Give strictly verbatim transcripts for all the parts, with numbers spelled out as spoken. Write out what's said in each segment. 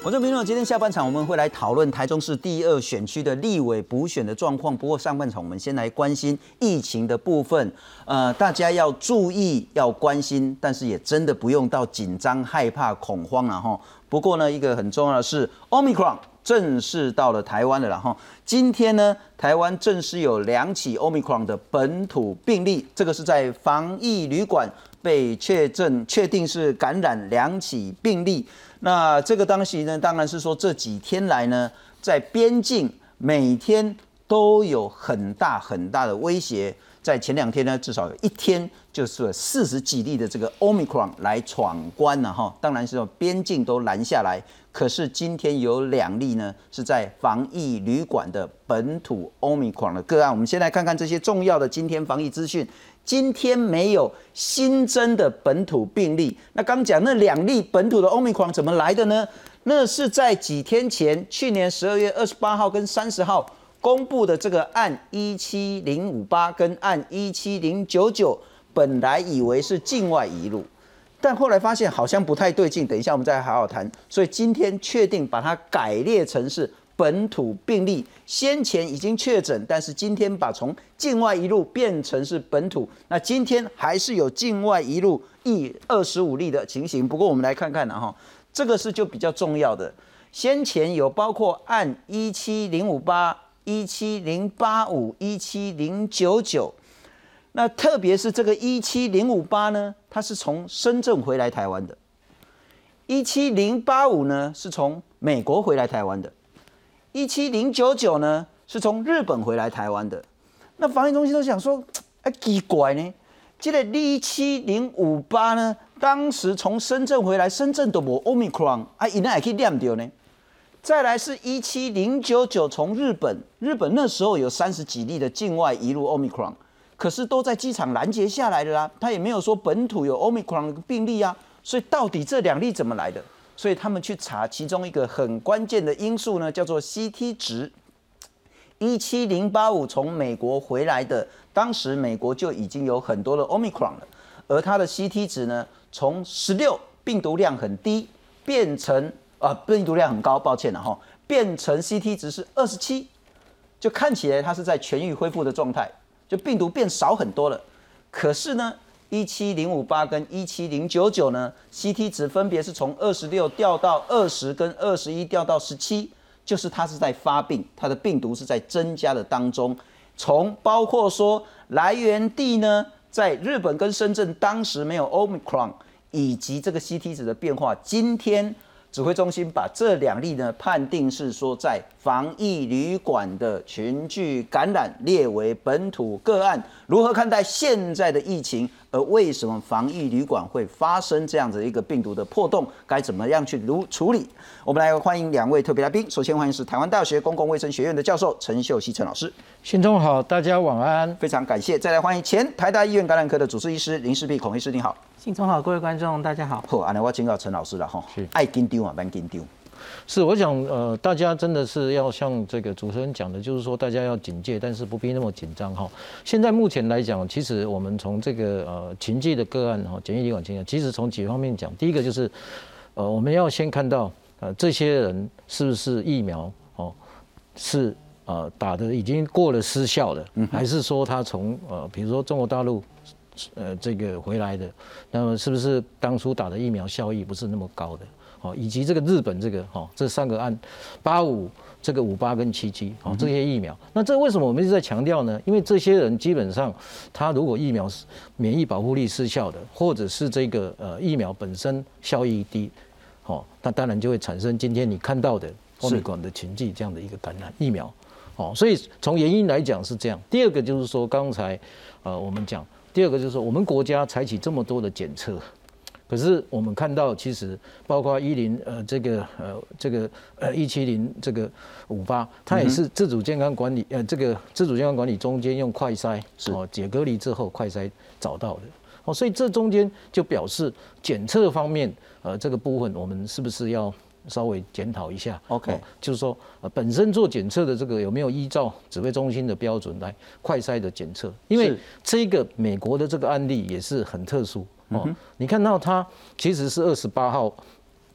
我是民众，今天下半场我们会来讨论台中市第二选区的立委补选的状况。不过上半场我们先来关心疫情的部分，呃，大家要注意，要关心，但是也真的不用到紧张、害怕、恐慌了哈。不过呢，一个很重要的是 ，Omicron 正式到了台湾了啦哈。今天呢，台湾正式有两起 Omicron 的本土病例，这个是在防疫旅馆被确诊，确定是感染两起病例。那这个当时呢，当然是说这几天来呢，在边境每天都有很大很大的威胁。在前两天呢，至少有一天就是四十几例的这个 Omicron 来闯关了哈。当然是边境都拦下来，可是今天有两例呢是在防疫旅馆的本土 Omicron 的个案。我们先来看看这些重要的今天防疫资讯。今天没有新增的本土病例。那刚讲那两例本土的 Omicron 怎么来的呢？那是在几天前，去年十二月二十八号跟三十号公布的这个案一七零五八跟案一七零九九，本来以为是境外移入，但后来发现好像不太对劲，等一下我们再好好谈。所以今天确定把它改列成是本土病例，先前已经确诊，但是今天把从境外移入变成是本土。那今天还是有境外移入一二十五例的情形。不过我们来看看哈，这个是就比较重要的。先前有包括案一七零五八、一七零八五、一七零九九。那特别是这个一七零五八呢，它是从深圳回来台湾的；一七零八五呢是从美国回来台湾的。一七零九九呢是从日本回来台湾的。那防疫中心都想说，啊奇怪呢，这个一七零五八呢，当时从深圳回来，深圳都没 Omicron， 啊，伊那也可以念掉呢。再来是一七零九九从日本，日本那时候有三十几例的境外移入 Omicron， 可是都在机场拦截下来的啦，他也没有说本土有 Omicron 的病例啊，所以到底这两例怎么来的？所以他们去查其中一个很关键的因素呢，叫做 C T 值。一七零八五从美国回来的，当时美国就已经有很多的 Omicron 了，而它的 C T 值呢，从十六病毒量很低，变成啊、呃、病毒量很高，抱歉了哈，变成 C T 值是二十七，就看起来它是在痊愈恢复的状态，就病毒变少很多了。可是呢，一七零五八跟一七零九九呢 ，C T 值分别是从二十六掉到二十，跟二十一掉到十七，就是它是在发病，它的病毒是在增加的当中。从包括说来源地呢，在日本跟深圳当时没有 Omicron， 以及这个 C T 值的变化，今天指挥中心把这两例呢判定是说在防疫旅馆的群聚感染，列为本土个案。如何看待现在的疫情？而为什么防疫旅馆会发生这样子一个病毒的破洞？该怎么样去处理？我们来欢迎两位特别来宾。首先欢迎是台湾大学公共卫生学院的教授陈秀熙陈老师。 信中好，大家晚安， 非常感谢。再来欢迎前台大医院感染科的主治医师林世璧孔医师，你好。 信中好，各位观众大家好。 好，安尼我请教陈老师了哈，爱紧张啊，蛮紧张。 是，我想，呃，大家真的是要像这个主持人讲的，就是说大家要警戒，但是不必那么紧张哈。现在目前来讲，其实我们从这个呃情境的个案哈，检疫旅馆情况，其实从几方面讲，第一个就是，呃，我们要先看到，呃，这些人是不是疫苗哦，是呃打的已经过了失效了，还是说他从呃比如说中国大陆呃这个回来的，那么是不是当初打的疫苗效益不是那么高的？以及这个日本这个哈这三个案，八五这个五八跟七七哦这些疫苗，那这为什么我们一直在强调呢？因为这些人基本上他如果疫苗免疫保护力失效的，或者是这个呃疫苗本身效益低，哦，那当然就会产生今天你看到的Omicron的情境这样的一个感染疫苗，哦，所以从原因来讲是这样。第二个就是说刚才呃我们讲，第二个就是说我们国家采取这么多的检测。可是我们看到，其实包括一零呃这个呃这个呃一七零这个五八，它也是自主健康管理呃这个自主健康管理中间用快筛哦解隔离之后快筛找到的哦，所以这中间就表示检测方面呃这个部分我们是不是要稍微检讨一下 ？OK，、哦、 就是说呃本身做检测的这个有没有依照指挥中心的标准来快筛的检测？因为这个美国的这个案例也是很特殊。哦，你看到他其实是二十八号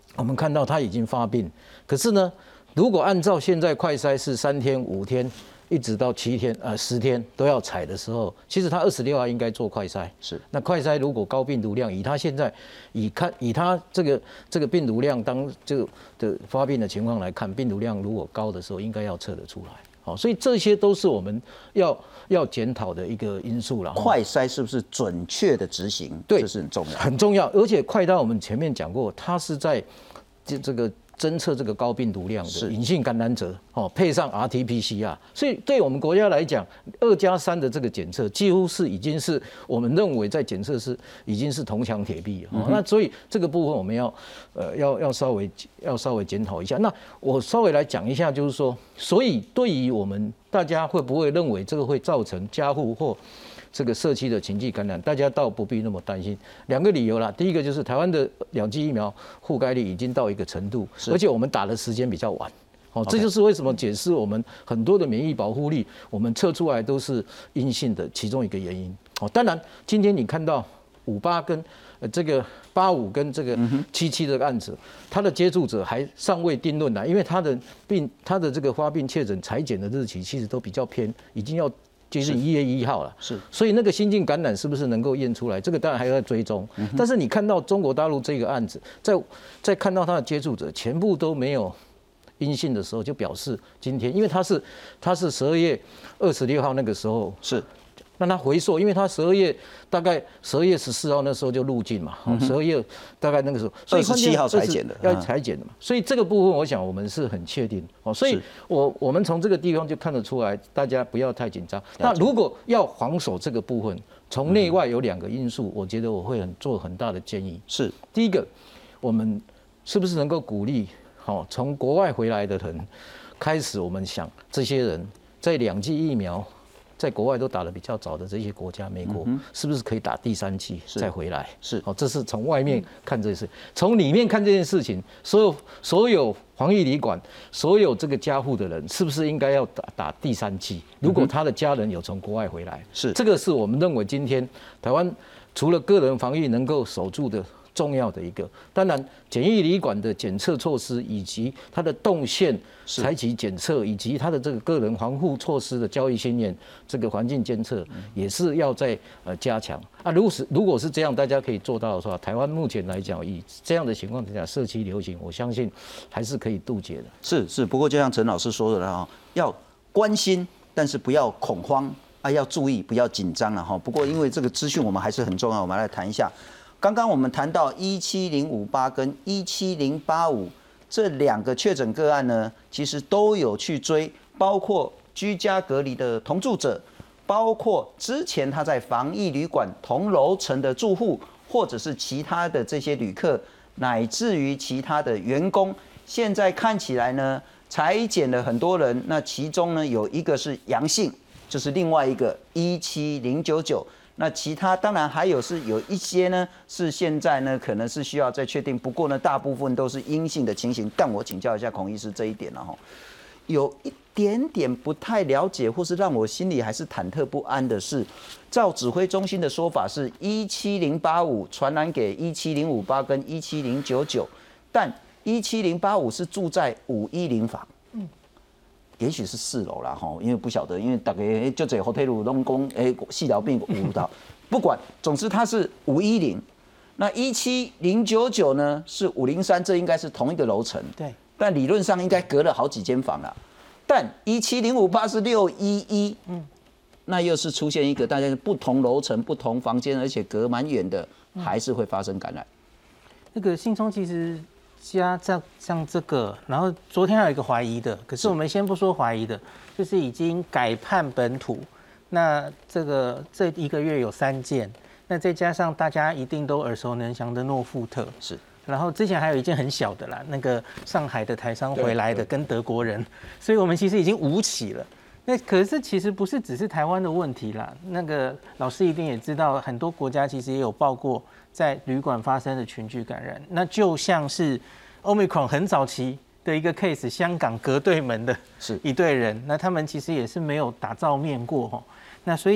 我们看到他已经发病，可是呢，如果按照现在快筛是三天、五天，一直到七天、呃十天都要采的时候，其实他二十六号应该做快筛。 是， 那快筛如果高病毒量，以他现在以看以他这个这个病毒量当这个的发病的情况来看，病毒量如果高的时候，应该要测得出来。好，所以这些都是我们要要检讨的一个因素了。 快筛是不是准确的执行？ 对， 这是很重要， 很重要。而且快筛我们前面讲过，它是在这这个侦测这个高病毒量的隐性感染者，哦，配上 R T P C R， 所以对我们国家来讲，二加三的这个检测几乎是已经是我们认为在检测是已经是铜墙铁壁。哦，那所以这个部分我们要呃要要稍微要稍微检讨一下。那我稍微来讲一下，就是说，所以对于我们大家会不会认为这个会造成家户或这个社区的情境感染，大家倒不必那么担心。两个理由啦，第一个就是台湾的两剂疫苗覆盖率已经到一个程度，而且我们打的时间比较晚。哦，这就是为什么解释我们很多的免疫保护力，我们测出来都是阴性的其中一个原因。哦，当然今天你看到五八跟呃这个八五跟这个七七的案子，他的接触者还尚未定论啦，因为他的病他的这个发病确诊采检的日期其实都比较偏，已经要接近一月一号了， 是， 所以那个新进感染是不是能够验出来？这个当然还要追踪。但是你看到中国大陆这个案子，在在看到他的接触者全部都没有阴性的时候，就表示今天，因为他是他是十二月二十六号那个时候是。 让他回溯，因为他十二月大概十二月十四号那时候就入境嘛，十二月大概那个时候， 二十七号裁剪的， 要裁剪的嘛，所以这个部分我想我们是很确定哦，所以我我们从这个地方就看得出来，大家不要太紧张。那如果要防守这个部分，从内外有两个因素，我觉得我会很做很大的建议。 是第一个，我们是不是能够鼓励好从国外回来的人开始，我们想这些人在两剂疫苗在国外都打得比较早的这些国家，美国是不是可以打第三剂再回来？ 是， 好，这是从外面看这件事，从里面看这件事情，所有所有防疫旅馆，所有这个家户的人，是不是应该要打打第三剂？如果他的家人有从国外回来， 是这个是我们认为今天台湾除了个人防疫能够守住的重要的一个，当然检疫旅馆的检测措施以及它的动线采取检测，以及它的这个个人防护措施的教育训练，这个环境监测也是要再呃加强啊。如果是如果是这样，大家可以做到的话，台湾目前来讲，以这样的情况之下，社区流行，我相信还是可以杜绝的。 是是，不过就像陈老师说的哈，要关心，但是不要恐慌啊，要注意，不要紧张了哈。不过因为这个资讯我们还是很重要，我们来谈一下。刚刚我们谈到一七零五八跟一七零八五这两个确诊个案呢，其实都有去追，包括居家隔离的同住者，包括之前他在防疫旅馆同楼层的住户，或者是其他的这些旅客，乃至于其他的员工，现在看起来呢，采检了很多人，那其中呢有一个是阳性，就是另外一个一七零九九。那其他当然还有是有一些呢，是现在呢可能是需要再确定，不过呢大部分都是阴性的情形。但我请教一下孔医师这一点了哈，有一点点不太了解，或是让我心里还是忐忑不安的是，照指挥中心的说法是一七零八五传染给一七零五八跟一七零九九，但一七零八五是住在五一零房。嗯。也许是四楼啦，哈，因为不晓得，因为大概就这 hotel 拢讲，诶，细条病五道，不管，总之它是五一零，那一七零九九呢是五零三，这应该是同一个楼层， 对， 但理论上应该隔了好几间房啦，但一七零五八是六一一，嗯，那又是出现一个大家是不同楼层、不同房间，而且隔蛮远的，还是会发生感染。 那个信聪其实。加像像这个，然后昨天还有一个怀疑的，可是我们先不说怀疑的，就是已经改判本土。那这个这一个月有三件，那再加上大家一定都耳熟能详的诺富特， 是。 然后之前还有一件很小的啦，那个上海的台商回来的跟德国人，所以我们其实已经五起了。那可是其实不是只是台湾的问题啦，那个老师一定也知道，很多国家其实也有报过。在旅馆发生的群聚感染，那就像是 Omicron 很早期的一个 case， 香港隔对门的一队人，那他们其实也是没有打照面过哈。那所以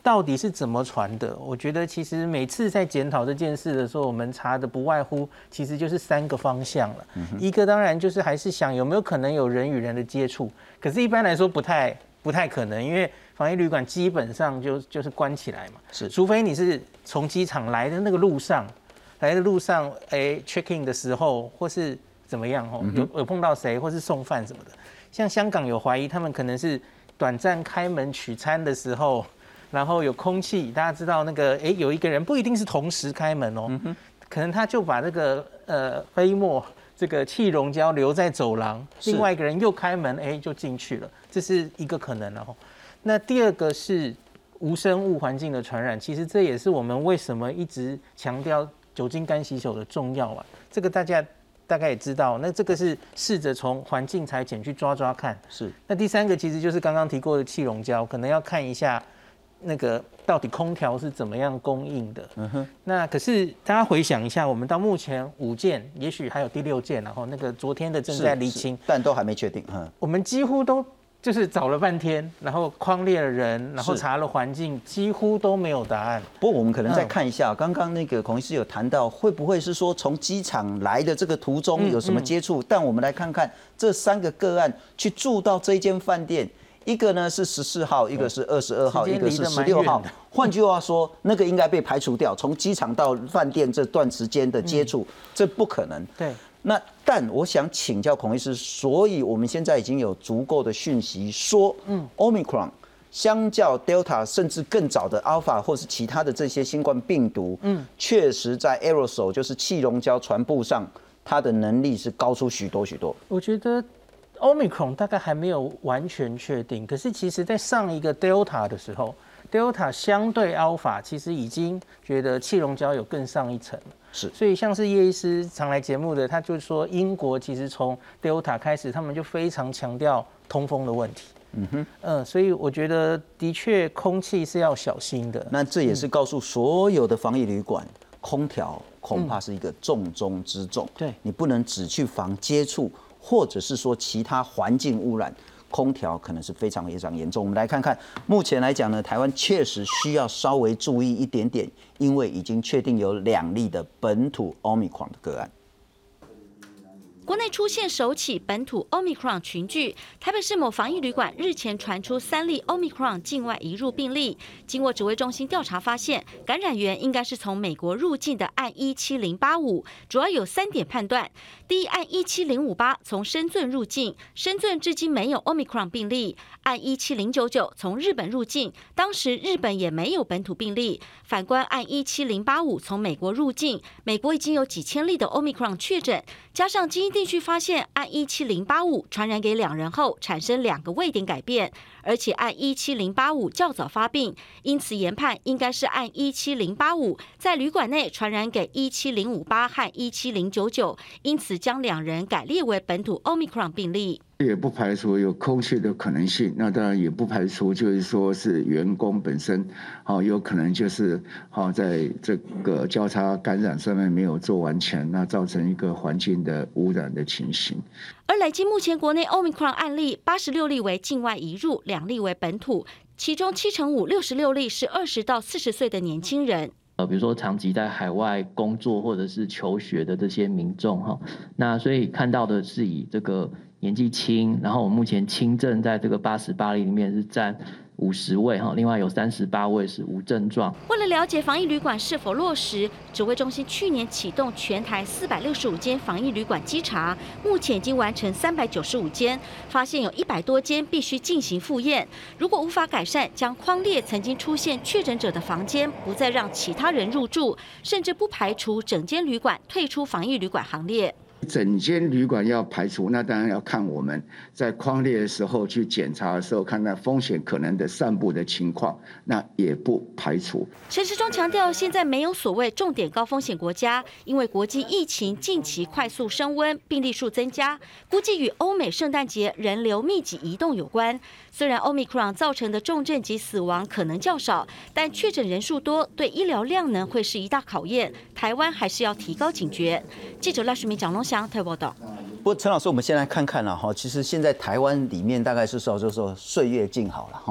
到底是怎么传的？我觉得其实每次在检讨这件事的时候，我们查的不外乎其实就是三个方向了。嗯、一个当然就是还是想有没有可能有人与人的接触，可是一般来说不太不太可能，因为防疫旅馆基本上就就是关起来嘛， 是， 除非你是从机场来的那个路上，来的路上，哎 ，check in 的时候或是怎么样哦，有有碰到谁或是送饭什么的。像香港有怀疑他们可能是短暂开门取餐的时候。然后有空气，大家知道那个，哎，有一个人不一定是同时开门哦，嗯、可能他就把这个呃飞沫、这个气溶胶留在走廊，另外一个人又开门，哎，就进去了，这是一个可能了哦。那第二个是无生物环境的传染，其实这也是我们为什么一直强调酒精干洗手的重要啊。这个大家大概也知道，那这个是试着从环境裁剪去抓抓看。 是。那第三个其实就是刚刚提过的气溶胶，可能要看一下。那个到底空调是怎么样供应的？嗯哼。那可是大家回想一下，我们到目前五件，也许还有第六件，然后那个昨天的正在厘清， 但都还没确定。嗯。 我们几乎都就是找了半天，然后匡列了人，然后查了环境，几乎都没有答案。 不过我们可能再看一下，刚刚那个孔医师有谈到，会不会是说从机场来的这个途中有什么接触？嗯嗯、但我们来看看这三个个案去住到这间饭店。一个呢是十四号，一个是二十二号，一个是十六号。换句话说，那个应该被排除掉。从机场到饭店这段时间的接触，嗯、这不可能。 对。 那但我想请教孔医师，所以我们现在已经有足够的讯息说，嗯 ，Omicron 相较 Delta 甚至更早的 Alpha 或是其他的这些新冠病毒，嗯，确实在 aerosol 就是气溶胶传播上，它的能力是高出许多许多。 我觉得。Omicron 大概还没有完全确定，可是其实在上一个 Delta 的时候 ，Delta 相对 Alpha 其实已经觉得气溶胶有更上一层了。 是， 所以像是叶医师常来节目的，他就说英国其实从 Delta 开始，他们就非常强调通风的问题。嗯哼，嗯，所以我觉得的确空气是要小心的。 那这也是告诉所有的防疫旅馆，嗯、空调恐怕是一个重中之重。 对、嗯， 你不能只去防接触。或者是说其他环境污染，空调可能是非常非常严重。我们来看看，目前来讲呢，台湾确实需要稍微注意一点点，因为已经确定有两例的本土 Omicron 的个案。 国内出现首起本土 Omicron 群聚，台北市某防疫旅馆日前传出三例 Omicron 境外移入病例。经过指挥中心调查发现，感染源应该是从美国入境的案一七零八五，主要有三点判断：第一，案一七零五八从深圳入境，深圳至今没有 Omicron 病例；案一七零九九从日本入境，当时日本也没有本土病例。反观案一七零八五从美国入境，美国已经有几千例的 Omicron 确诊，加上基因地区发现案一七零八五传染给两人后，产生两个位点改变，而且案一七零八五较早发病，因此研判应该是案一七零八五在旅馆内传染给一七零五八和一七零九九，因此将两人改列为本土 Omicron 病例。 也不排除有空气的可能性，那当然也不排除就是说是员工本身，好有可能就是好在这个交叉感染上面没有做完全，那造成一个环境的污染的情形。 而累计目前国内 Omicron 案例八十六例为境外移入，两例为本土，其中七成五六十六例是二十到四十岁的年轻人。 呃，比如说长期在海外工作或者是求学的这些民众哈，那所以看到的是以这个年纪轻，然后我们目前轻症在这个八十八例里面是占五十位哈，另外有三十八位是无症状。 为了了解防疫旅馆是否落实，指挥中心去年启动全台四百六十五间防疫旅馆稽查，目前已经完成三百九十五间，发现有一百多间必须进行复验。如果无法改善，将匡列曾经出现确诊者的房间，不再让其他人入住，甚至不排除整间旅馆退出防疫旅馆行列。 整间旅馆要排除，那当然要看我们在匡列的时候去检查的时候，看那风险可能的散布的情况，那也不排除。 陈时中强调，现在没有所谓重点高风险国家，因为国际疫情近期快速升温，病例数增加，估计与欧美圣诞节人流密集移动有关。虽然 Omicron 造成的重症及死亡可能较少，但确诊人数多，对医疗量能会是一大考验。台湾还是要提高警觉。记者赖淑明、蒋龙祥台报道。 不过陈老师，我们先来看看了哈，其实现在台湾里面大概是说就是说岁月静好了哈，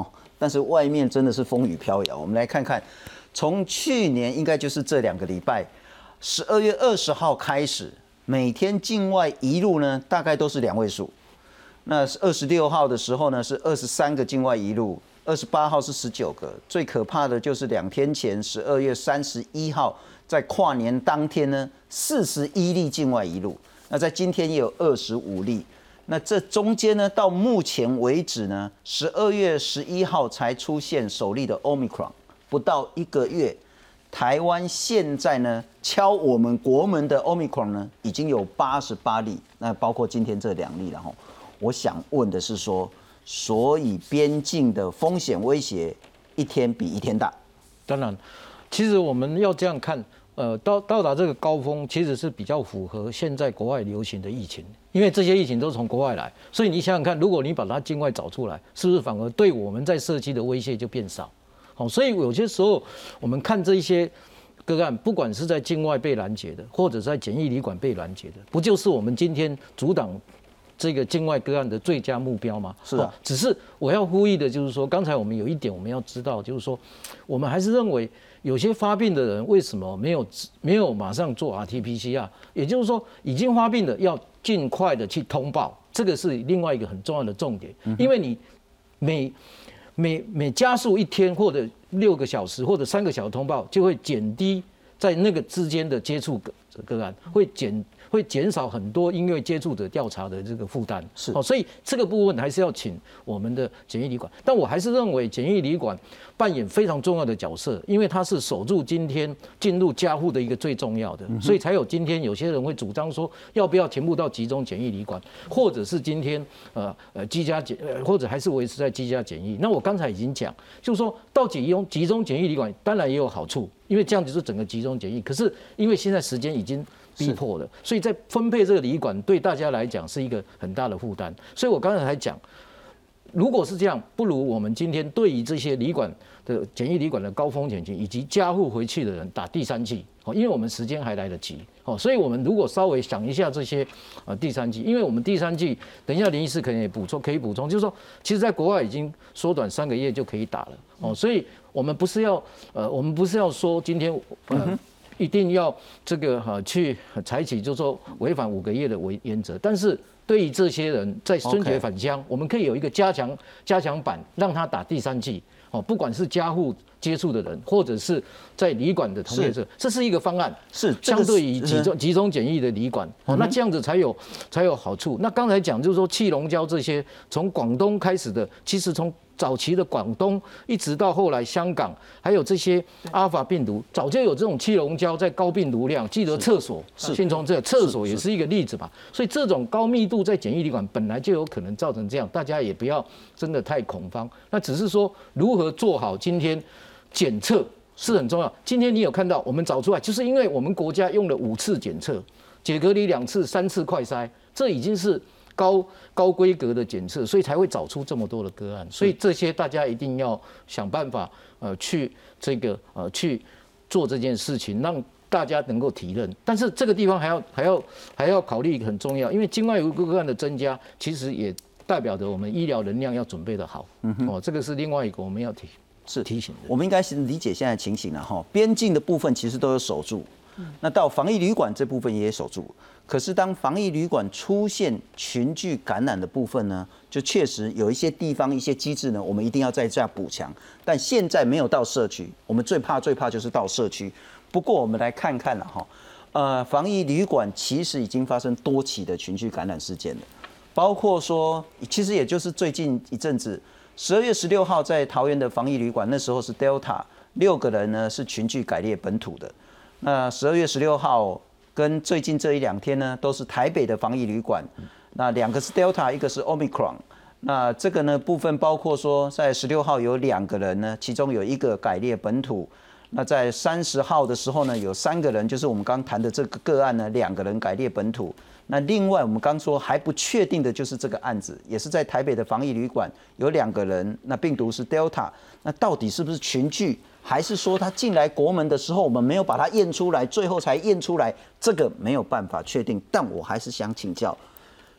但是外面真的是风雨飘摇。我们来看看，从去年应该就是这两个礼拜，十二月二十号开始，每天境外移入呢大概都是两位数。那二十六号的时候呢是二十三个境外移入，二十八号是十九个。最可怕的就是两天前十二月三十一号，在跨年当天呢四十一例境外移入。那在今天也有二十五例。那这中间呢，到目前为止呢，十二月十一号才出现首例的 Omicron， 不到一个月，台湾现在呢敲我们国门的 Omicron 呢，已经有八十八例，那包括今天这两例了哈。我想问的是说，所以边境的风险威胁一天比一天大。 当然，其实我们要这样看。呃，到到达这个高峰，其实是比较符合现在国外流行的疫情，因为这些疫情都是从国外来，所以你想想看，如果你把它境外找出来，是不是反而对我们在社区的威胁就变少？好，所以有些时候我们看这些个案，不管是在境外被拦截的，或者在检疫旅馆被拦截的，不就是我们今天阻挡这个境外个案的最佳目标吗？ 是啊， 只是我要呼吁的就是说，刚才我们有一点我们要知道，就是说，我们还是认为。有些发病的人为什么没有没有马上做 R T P C R？ 也就是说，已经发病的要尽快的去通报，这个是另外一个很重要的重点。因为你每每每加速一天或者六个小时或者三个小时通报，就会减低在那个之间的接触个个案，会减会减少很多因为接触者调查的这个负担。 是， 所以这个部分还是要请我们的检疫旅馆。但我还是认为检疫旅馆扮演非常重要的角色，因为它是守住今天进入家户的一个最重要的，所以才有今天有些人会主张说，要不要全部到集中检疫旅馆，或者是今天呃呃居家检，或者还是维持在居家检疫。那我刚才已经讲，就是说到集中集中检疫旅馆，当然也有好处，因为这样就是整个集中检疫。可是因为现在时间已经逼迫了，所以在分配这个旅馆对大家来讲是一个很大的负担。所以我刚才还讲，如果是这样，不如我们今天对于这些旅馆的检疫旅馆的高风险群以及家户回去的人打第三剂，因为我们时间还来得及。所以我们如果稍微想一下这些呃第三剂，因为我们第三剂，等一下林医师可能也补充，可以补充，就是说，其实在国外已经缩短三个月就可以打了哦，所以我们不是要呃，我们不是要说今天呃。一定要这个哈去采取，就是说违反五个月的为原则。但是对于这些人在春节返乡， okay. 我们可以有一个加强加强版，让他打第三剂。哦，不管是家户接触的人，或者是在旅馆的同业者，这是一个方案。 是相对于集中集中检疫的旅馆，哦，那这样子才有才有好处。那刚才讲就是说气溶胶这些，从广东开始的，其实从早期的广东一直到后来香港，还有这些阿尔法病毒，早就有这种气溶胶在高病毒量。记得厕所，先从这厕所也是一个例子嘛。所以这种高密度在检疫旅馆本来就有可能造成这样，大家也不要真的太恐慌。那只是说如何做好今天检测是很重要。今天你有看到我们找出来，就是因为我们国家用了五次检测，解隔离两次，三次快筛，这已经是高高规格的检测，所以才会找出这么多的个案。所以这些大家一定要想办法，呃，去这个呃去做这件事情，让大家能够体认。但是这个地方还要还要还要考虑一个很重要，因为境外有个案的增加，其实也代表着我们医疗能量要准备的好。嗯哦，这个是另外一个我们要提是提醒的。 我们应该是理解现在情形了哈，边境的部分其实都有守住。那到防疫旅馆这部分也守住，可是当防疫旅馆出现群聚感染的部分呢，就确实有一些地方一些机制呢，我们一定要在这补强。但现在没有到社区，我们最怕最怕就是到社区。不过我们来看看了哈，呃，防疫旅馆其实已经发生多起的群聚感染事件了，包括说，其实也就是最近一阵子，十二月十六号在桃园的防疫旅馆，那时候是 Delta， 六个人呢是群聚改列本土的。那十二月十六号跟最近这一两天呢，都是台北的防疫旅馆。那两个是 Delta， 一个是 Omicron。那这个呢部分包括说，在十六号有两个人呢，其中有一个改列本土。那在三十号的时候呢，有三个人，就是我们刚谈的这个个案呢，两个人改列本土。那另外我们刚说还不确定的就是这个案子，也是在台北的防疫旅馆有两个人，那病毒是 Delta。那到底是不是群聚？还是说他进来国门的时候，我们没有把它验出来，最后才验出来，这个没有办法确定。但我还是想请教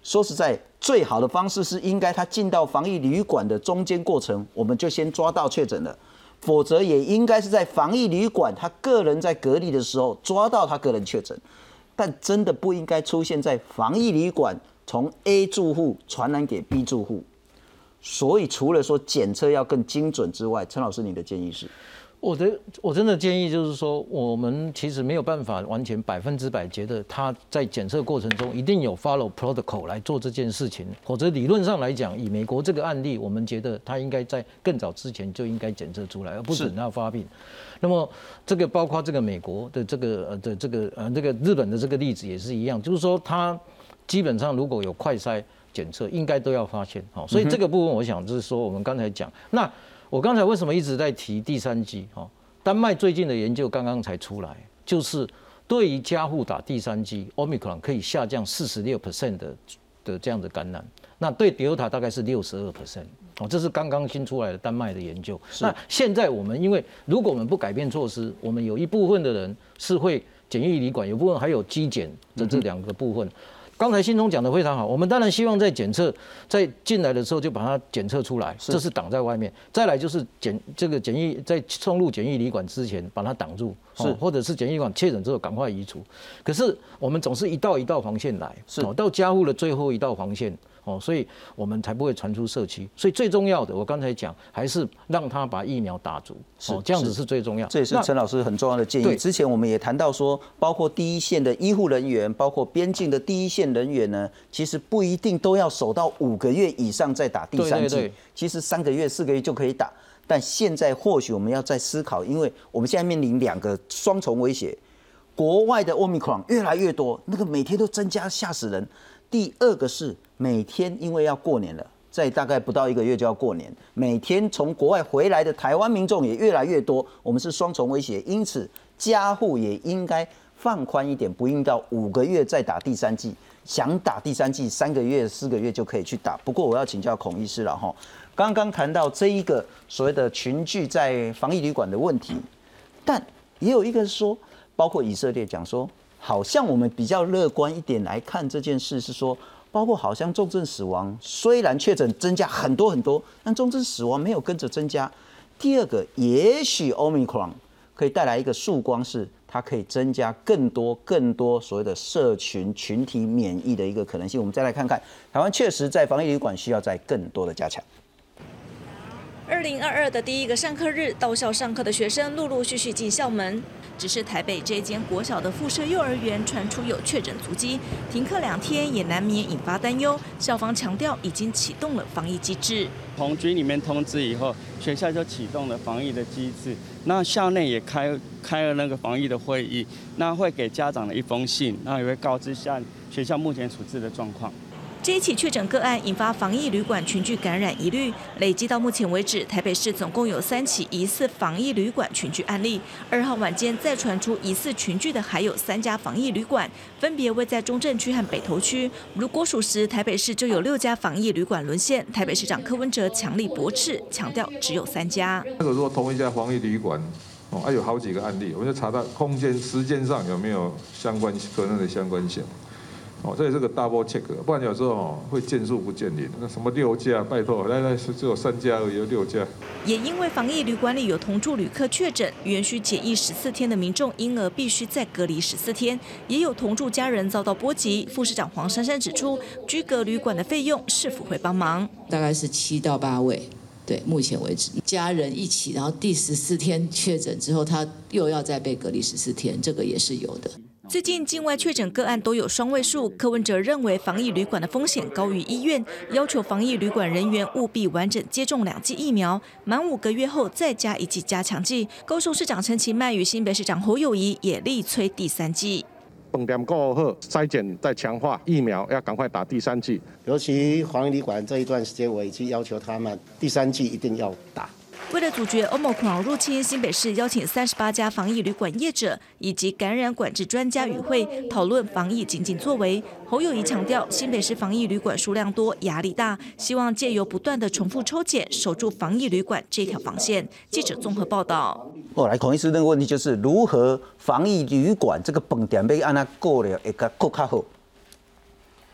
说实在，最好的方式是应该他进到防疫旅馆的中间过程，我们就先抓到确诊了，否则也应该是在防疫旅馆他个人在隔离的时候抓到他个人确诊，但真的不应该出现在防疫旅馆从 A 住户传染给 B 住户。所以除了说检测要更精准之外，陈老师你的建议是？ 我的我真的建议就是说，我们其实没有办法完全百分之百觉得他在检测过程中一定有 follow protocol 来做这件事情，否则理论上来讲，以美国这个案例，我们觉得他应该在更早之前就应该检测出来，而不等他发病。那么这个包括这个美国的这个呃的这个呃这个日本的这个例子也是一样，就是说他基本上如果有快筛检测，应该都要发现。好，所以这个部分我想就是说我们刚才讲那。我刚才为什么一直在提第三剂？哈，丹麦最近的研究刚刚才出来，就是对于家户打第三剂 ，Omicron 可以下降四十六 percent 的的这样的感染，那对 Delta 大概是六十二 percent。哦，这是刚刚新出来的丹麦的研究。那现在我们因为如果我们不改变措施，我们有一部分的人是会检疫旅馆，有部分还有基检的这两个部分。刚才信聪讲的非常好，我们当然希望在检测在进来的时候就把它检测出来，这是挡在外面。再来就是检这个检疫在送入检疫旅馆之前把它挡住，是或者是检疫旅馆确诊之后赶快移除。可是我们总是一道一道防线来，是到家户的最后一道防线。哦，所以我们才不会传出社区。所以最重要的，我刚才讲，还是让他把疫苗打足，哦，这样子是最重要。 这也是陈老师很重要的建议。之前我们也谈到说，包括第一线的医护人员，包括边境的第一线人员呢，其实不一定都要守到五个月以上再打第三剂，对对对，其实三个月、四个月就可以打。但现在或许我们要再思考，因为我们现在面临两个双重威胁，国外的 Omicron 越来越多，那个每天都增加，吓死人。第二个是每天因为要过年了，在大概不到一个月就要过年，每天从国外回来的台湾民众也越来越多，我们是双重威胁，因此家户也应该放宽一点，不应到五个月再打第三剂，想打第三剂三个月、四个月就可以去打。不过我要请教孔医师了哈，刚刚谈到这一个所谓的群聚在防疫旅馆的问题，但也有一个说，包括以色列讲说。好像我们比较乐观一点来看这件事，是说，包括好像重症死亡，虽然确诊增加很多很多，但重症死亡没有跟着增加。第二个，也许 Omicron 可以带来一个曙光，是它可以增加更多更多所谓的社群群体免疫的一个可能性。我们再来看看，台湾确实在防疫旅馆需要在更多的加强。 二零二二的第一个上课日，到校上课的学生陆陆续续进校门。只是台北这间国小的附设幼儿园传出有确诊足迹，停课两天也难免引发担忧。校方强调已经启动了防疫机制。 从局里面通知以后，学校就启动了防疫的机制。那校内也开开了那个防疫的会议，那会给家长的一封信，那也会告知下学校目前处置的状况。 这一起确诊个案引发防疫旅馆群聚感染疑虑，累计到目前为止，台北市总共有三起疑似防疫旅馆群聚案例。二号晚间再传出疑似群聚的还有三家防疫旅馆，分别位在中正区和北投区。如果属实，台北市就有六家防疫旅馆沦陷。台北市长柯文哲强力驳斥，强调只有三家。 那个说同一家防疫旅馆，哦，还有好几个案例，我们就查到空间、时间上有没有相关可能的相关性。哦，这也是个 double check， 不然有时候哦会见树不见林。那什么六家，拜托，来来只有三家而已，有六家。 也因为防疫旅馆里有同住旅客确诊，原需检疫十四天的民众，因而必须再隔离十四天。也有同住家人遭到波及。副市长黄珊珊指出，居隔旅馆的费用是否会帮忙？ 大概是七到八位。对，目前为止，家人一起，然后第十四天确诊之后，他又要再被隔离十四天，这个也是有的。 最近境外确诊个案都有双位数，柯文哲认为防疫旅馆的风险高于医院，要求防疫旅馆人员务必完整接种两剂疫苗，满五个月后再加一剂加强剂。高雄市长陈其迈与新北市长侯友宜也力催第三剂。 饭店过后筛检再强化，疫苗要赶快打第三剂。 尤其防疫旅馆这一段时间，我已经要求他们第三剂一定要打。 为了阻绝 Omicron 入侵，新北市邀请三十八家防疫旅馆业者以及感染管制专家与会，讨论防疫精进作为。侯友宜强调，新北市防疫旅馆数量多，压力大，希望借由不断的重复抽检，守住防疫旅馆这条防线。记者综合报道。 哦，来，孔医师那个问题就是如何防疫旅馆这个饭店要按怎过了会较更较好？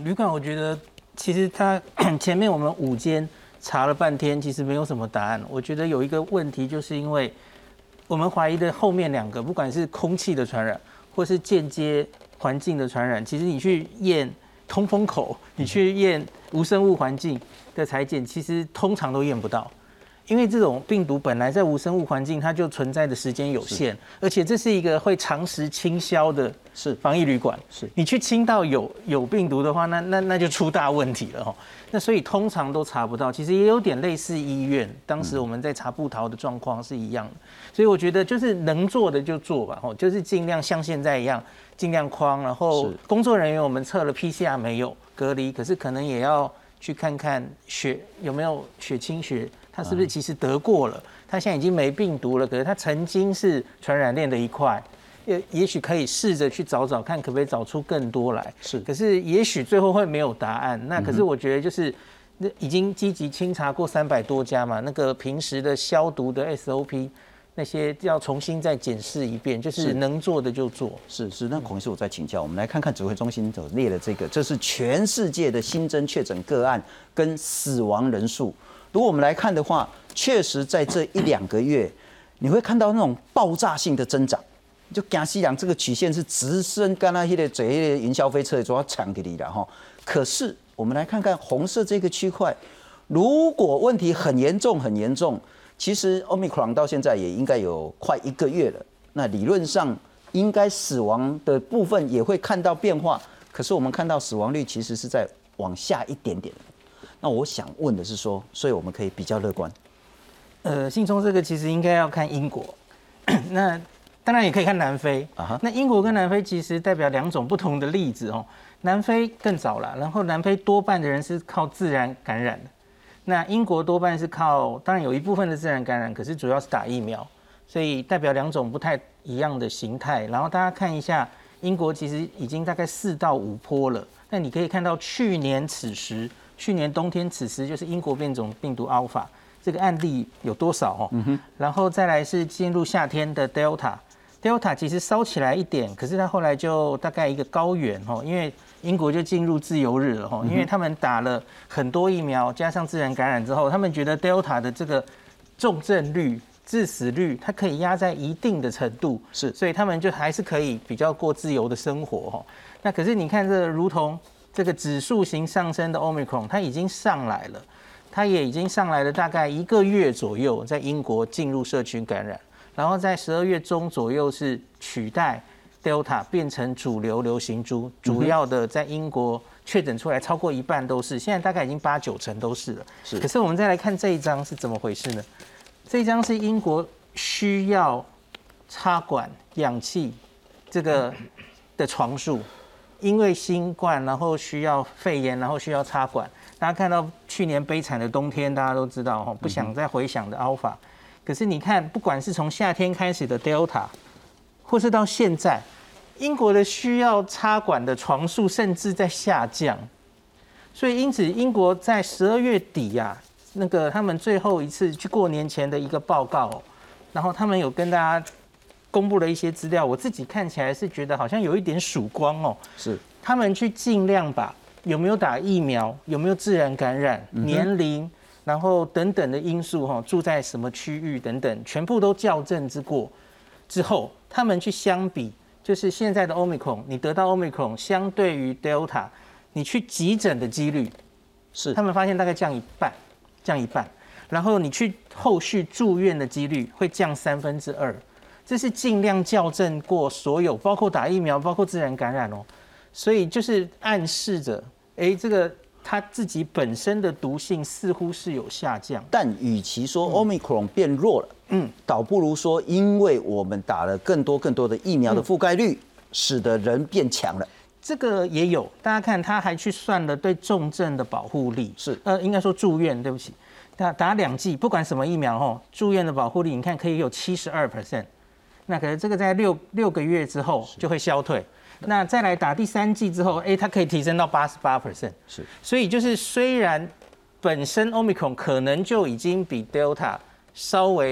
旅馆我觉得其实它前面我们五间查了半天，其实没有什么答案。我觉得有一个问题，就是因为我们怀疑的后面两个，不管是空气的传染，或是间接环境的传染，其实你去验通风口，你去验无生物环境的裁剪，其实通常都验不到。因为这种病毒本来在无生物环境，它就存在的时间有限，而且这是一个会长时清消的防疫旅馆。 是你去清到有有病毒的话，那那那就出大问题了哈。那所以通常都查不到，其实也有点类似医院，当时我们在查布桃的状况是一样的。所以我觉得就是能做的就做吧，吼，就是尽量像现在一样，尽量框。然后工作人员我们测了 P C R 没有隔离，可是可能也要去看看血有没有血清血。他是不是其实得过了？他现在已经没病毒了，可是他曾经是传染链的一块，也也许可以试着去找找看，可不可以找出更多来。 是， 可是也许最后会没有答案。那可是我觉得就是那已经积极清查过三百多家嘛，那个平时的消毒的 S O P 那些要重新再检视一遍，就是能做的就做。 是是，那孔医师我再请教，我们来看看指挥中心所列的这个，这是全世界的新增确诊个案跟死亡人数。如果我们来看的话，确实在这一两个月，你会看到那种爆炸性的增长。就江西洋这个曲线是直升，刚刚那个嘴的云霄飞车主要抢给你了哈。可是我们来看看红色这个区块，如果问题很严重很严重，其实 Omicron 到现在也应该有快一个月了。那理论上应该死亡的部分也会看到变化，可是我们看到死亡率其实是在往下一点点。那我想问的是说，所以我们可以比较乐观。 呃，信聪这个其实应该要看英国，那当然也可以看南非。Uh-huh. 那英国跟南非其实代表两种不同的例子哦。南非更早了，然后南非多半的人是靠自然感染的，那英国多半是靠，当然有一部分的自然感染，可是主要是打疫苗，所以代表两种不太一样的形态。然后大家看一下，英国其实已经大概四到五波了，那你可以看到去年此时。去年冬天此时就是英国变种病毒 Alpha 这个案例有多少哦？嗯、然后再来是进入夏天的 Delta，Delta 其实烧起来一点，可是它后来就大概一个高原哦，因为英国就进入自由日了哦，因为他们打了很多疫苗，加上自然感染之后，他们觉得 Delta 的这个重症率、致死率，它可以压在一定的程度，是，所以他们就还是可以比较过自由的生活哦。那可是你看这如同。这个指数型上升的 Omicron 它已经上来了，它也已经上来了大概一个月左右，在英国进入社区感染，然后在十二月中左右是取代 Delta 变成主流流行株，主要的在英国确诊出来超过一半都是，现在大概已经八九成都是了。是。可是我们再来看这一张是怎么回事呢？这一张是英国需要插管氧气这个的床数。因为新冠，然后需要肺炎，然后需要插管。大家看到去年悲惨的冬天，大家都知道哈，不想再回想的 Alpha。可是你看，不管是从夏天开始的 Delta， 或是到现在，英国的需要插管的床数甚至在下降。所以因此，英国在十二月底呀、啊，那个他们最后一次去过年前的一个报告，然后他们有跟大家。公布了一些资料，我自己看起来是觉得好像有一点曙光哦。是，他们去尽量把有没有打疫苗、有没有自然感染、嗯、年龄，然后等等的因素哈，住在什么区域等等，全部都校正之过之后，他们去相比，就是现在的 Omicron， 你得到 Omicron 相对于 Delta， 你去急诊的几率是，他们发现大概降一半，降一半，然后你去后续住院的几率会降三分之二。这是尽量校正过所有，包括打疫苗，包括自然感染哦，所以就是暗示着，哎，这个它自己本身的毒性似乎是有下降。 但与其说 Omicron 变弱了，嗯，倒不如说，因为我们打了更多更多的疫苗的覆盖率，嗯、使得人变强了。 这个也有，大家看，他还去算了对重症的保护力，是，呃，应该说住院，对不起，打打两剂，不管什么疫苗吼，住院的保护力，你看可以有七十二 percent。那可能这个在六六个月之后就会消退，那再来打第三剂之后，哎，它可以提升到八十八 percent。是，所以就是虽然本身 Omicron 可能就已经比 Delta 稍微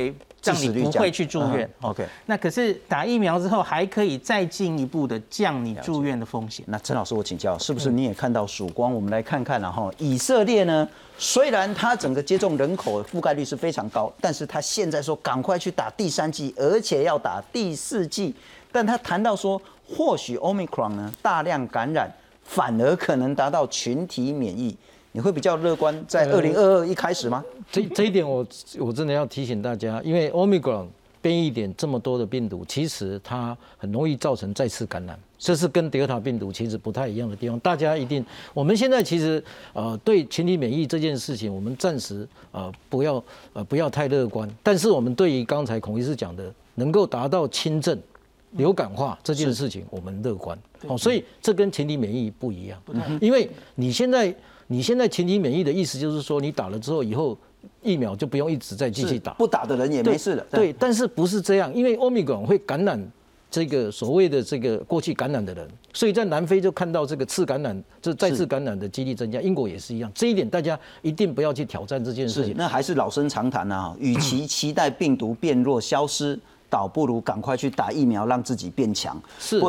让你不会去住院。 嗯、OK， 那可是打疫苗之后，还可以再进一步的降你住院的风险。 那陈老师，我请教，是不是你也看到曙光？嗯、我们来看看然后以色列呢，虽然它整个接种人口覆盖率是非常高，但是它现在说赶快去打第三剂，而且要打第四剂。但他谈到说，或许 Omicron 呢大量感染，反而可能达到群体免疫。你会比较乐观在二零二二一开始吗？ 呃、这这一点我我真的要提醒大家，因为 Omicron 变异点这么多的病毒，其实它很容易造成再次感染，这是跟 Delta 病毒其实不太一样的地方。大家一定，我们现在其实呃对群体免疫这件事情，我们暂时呃不要呃不要太乐观，但是我们对于刚才孔医师讲的，能够达到轻症、流感化这件事情，我们乐观。哦，所以这跟群体免疫不一样，因为你现在。你现在群体免疫的意思就是说，你打了之后，以后疫苗就不用一直再继续打， 不打的人也没事了。 对，但是不是这样？因为 Omicron 会感染这个所谓的这个过去感染的人，所以在南非就看到这个次感染、这再次感染的几率增加。英国也是一样，这一点大家一定不要去挑战这件事情。 那还是老生常谈啊，与其期待病毒变弱消失，倒不如赶快去打疫苗，让自己变强。 是。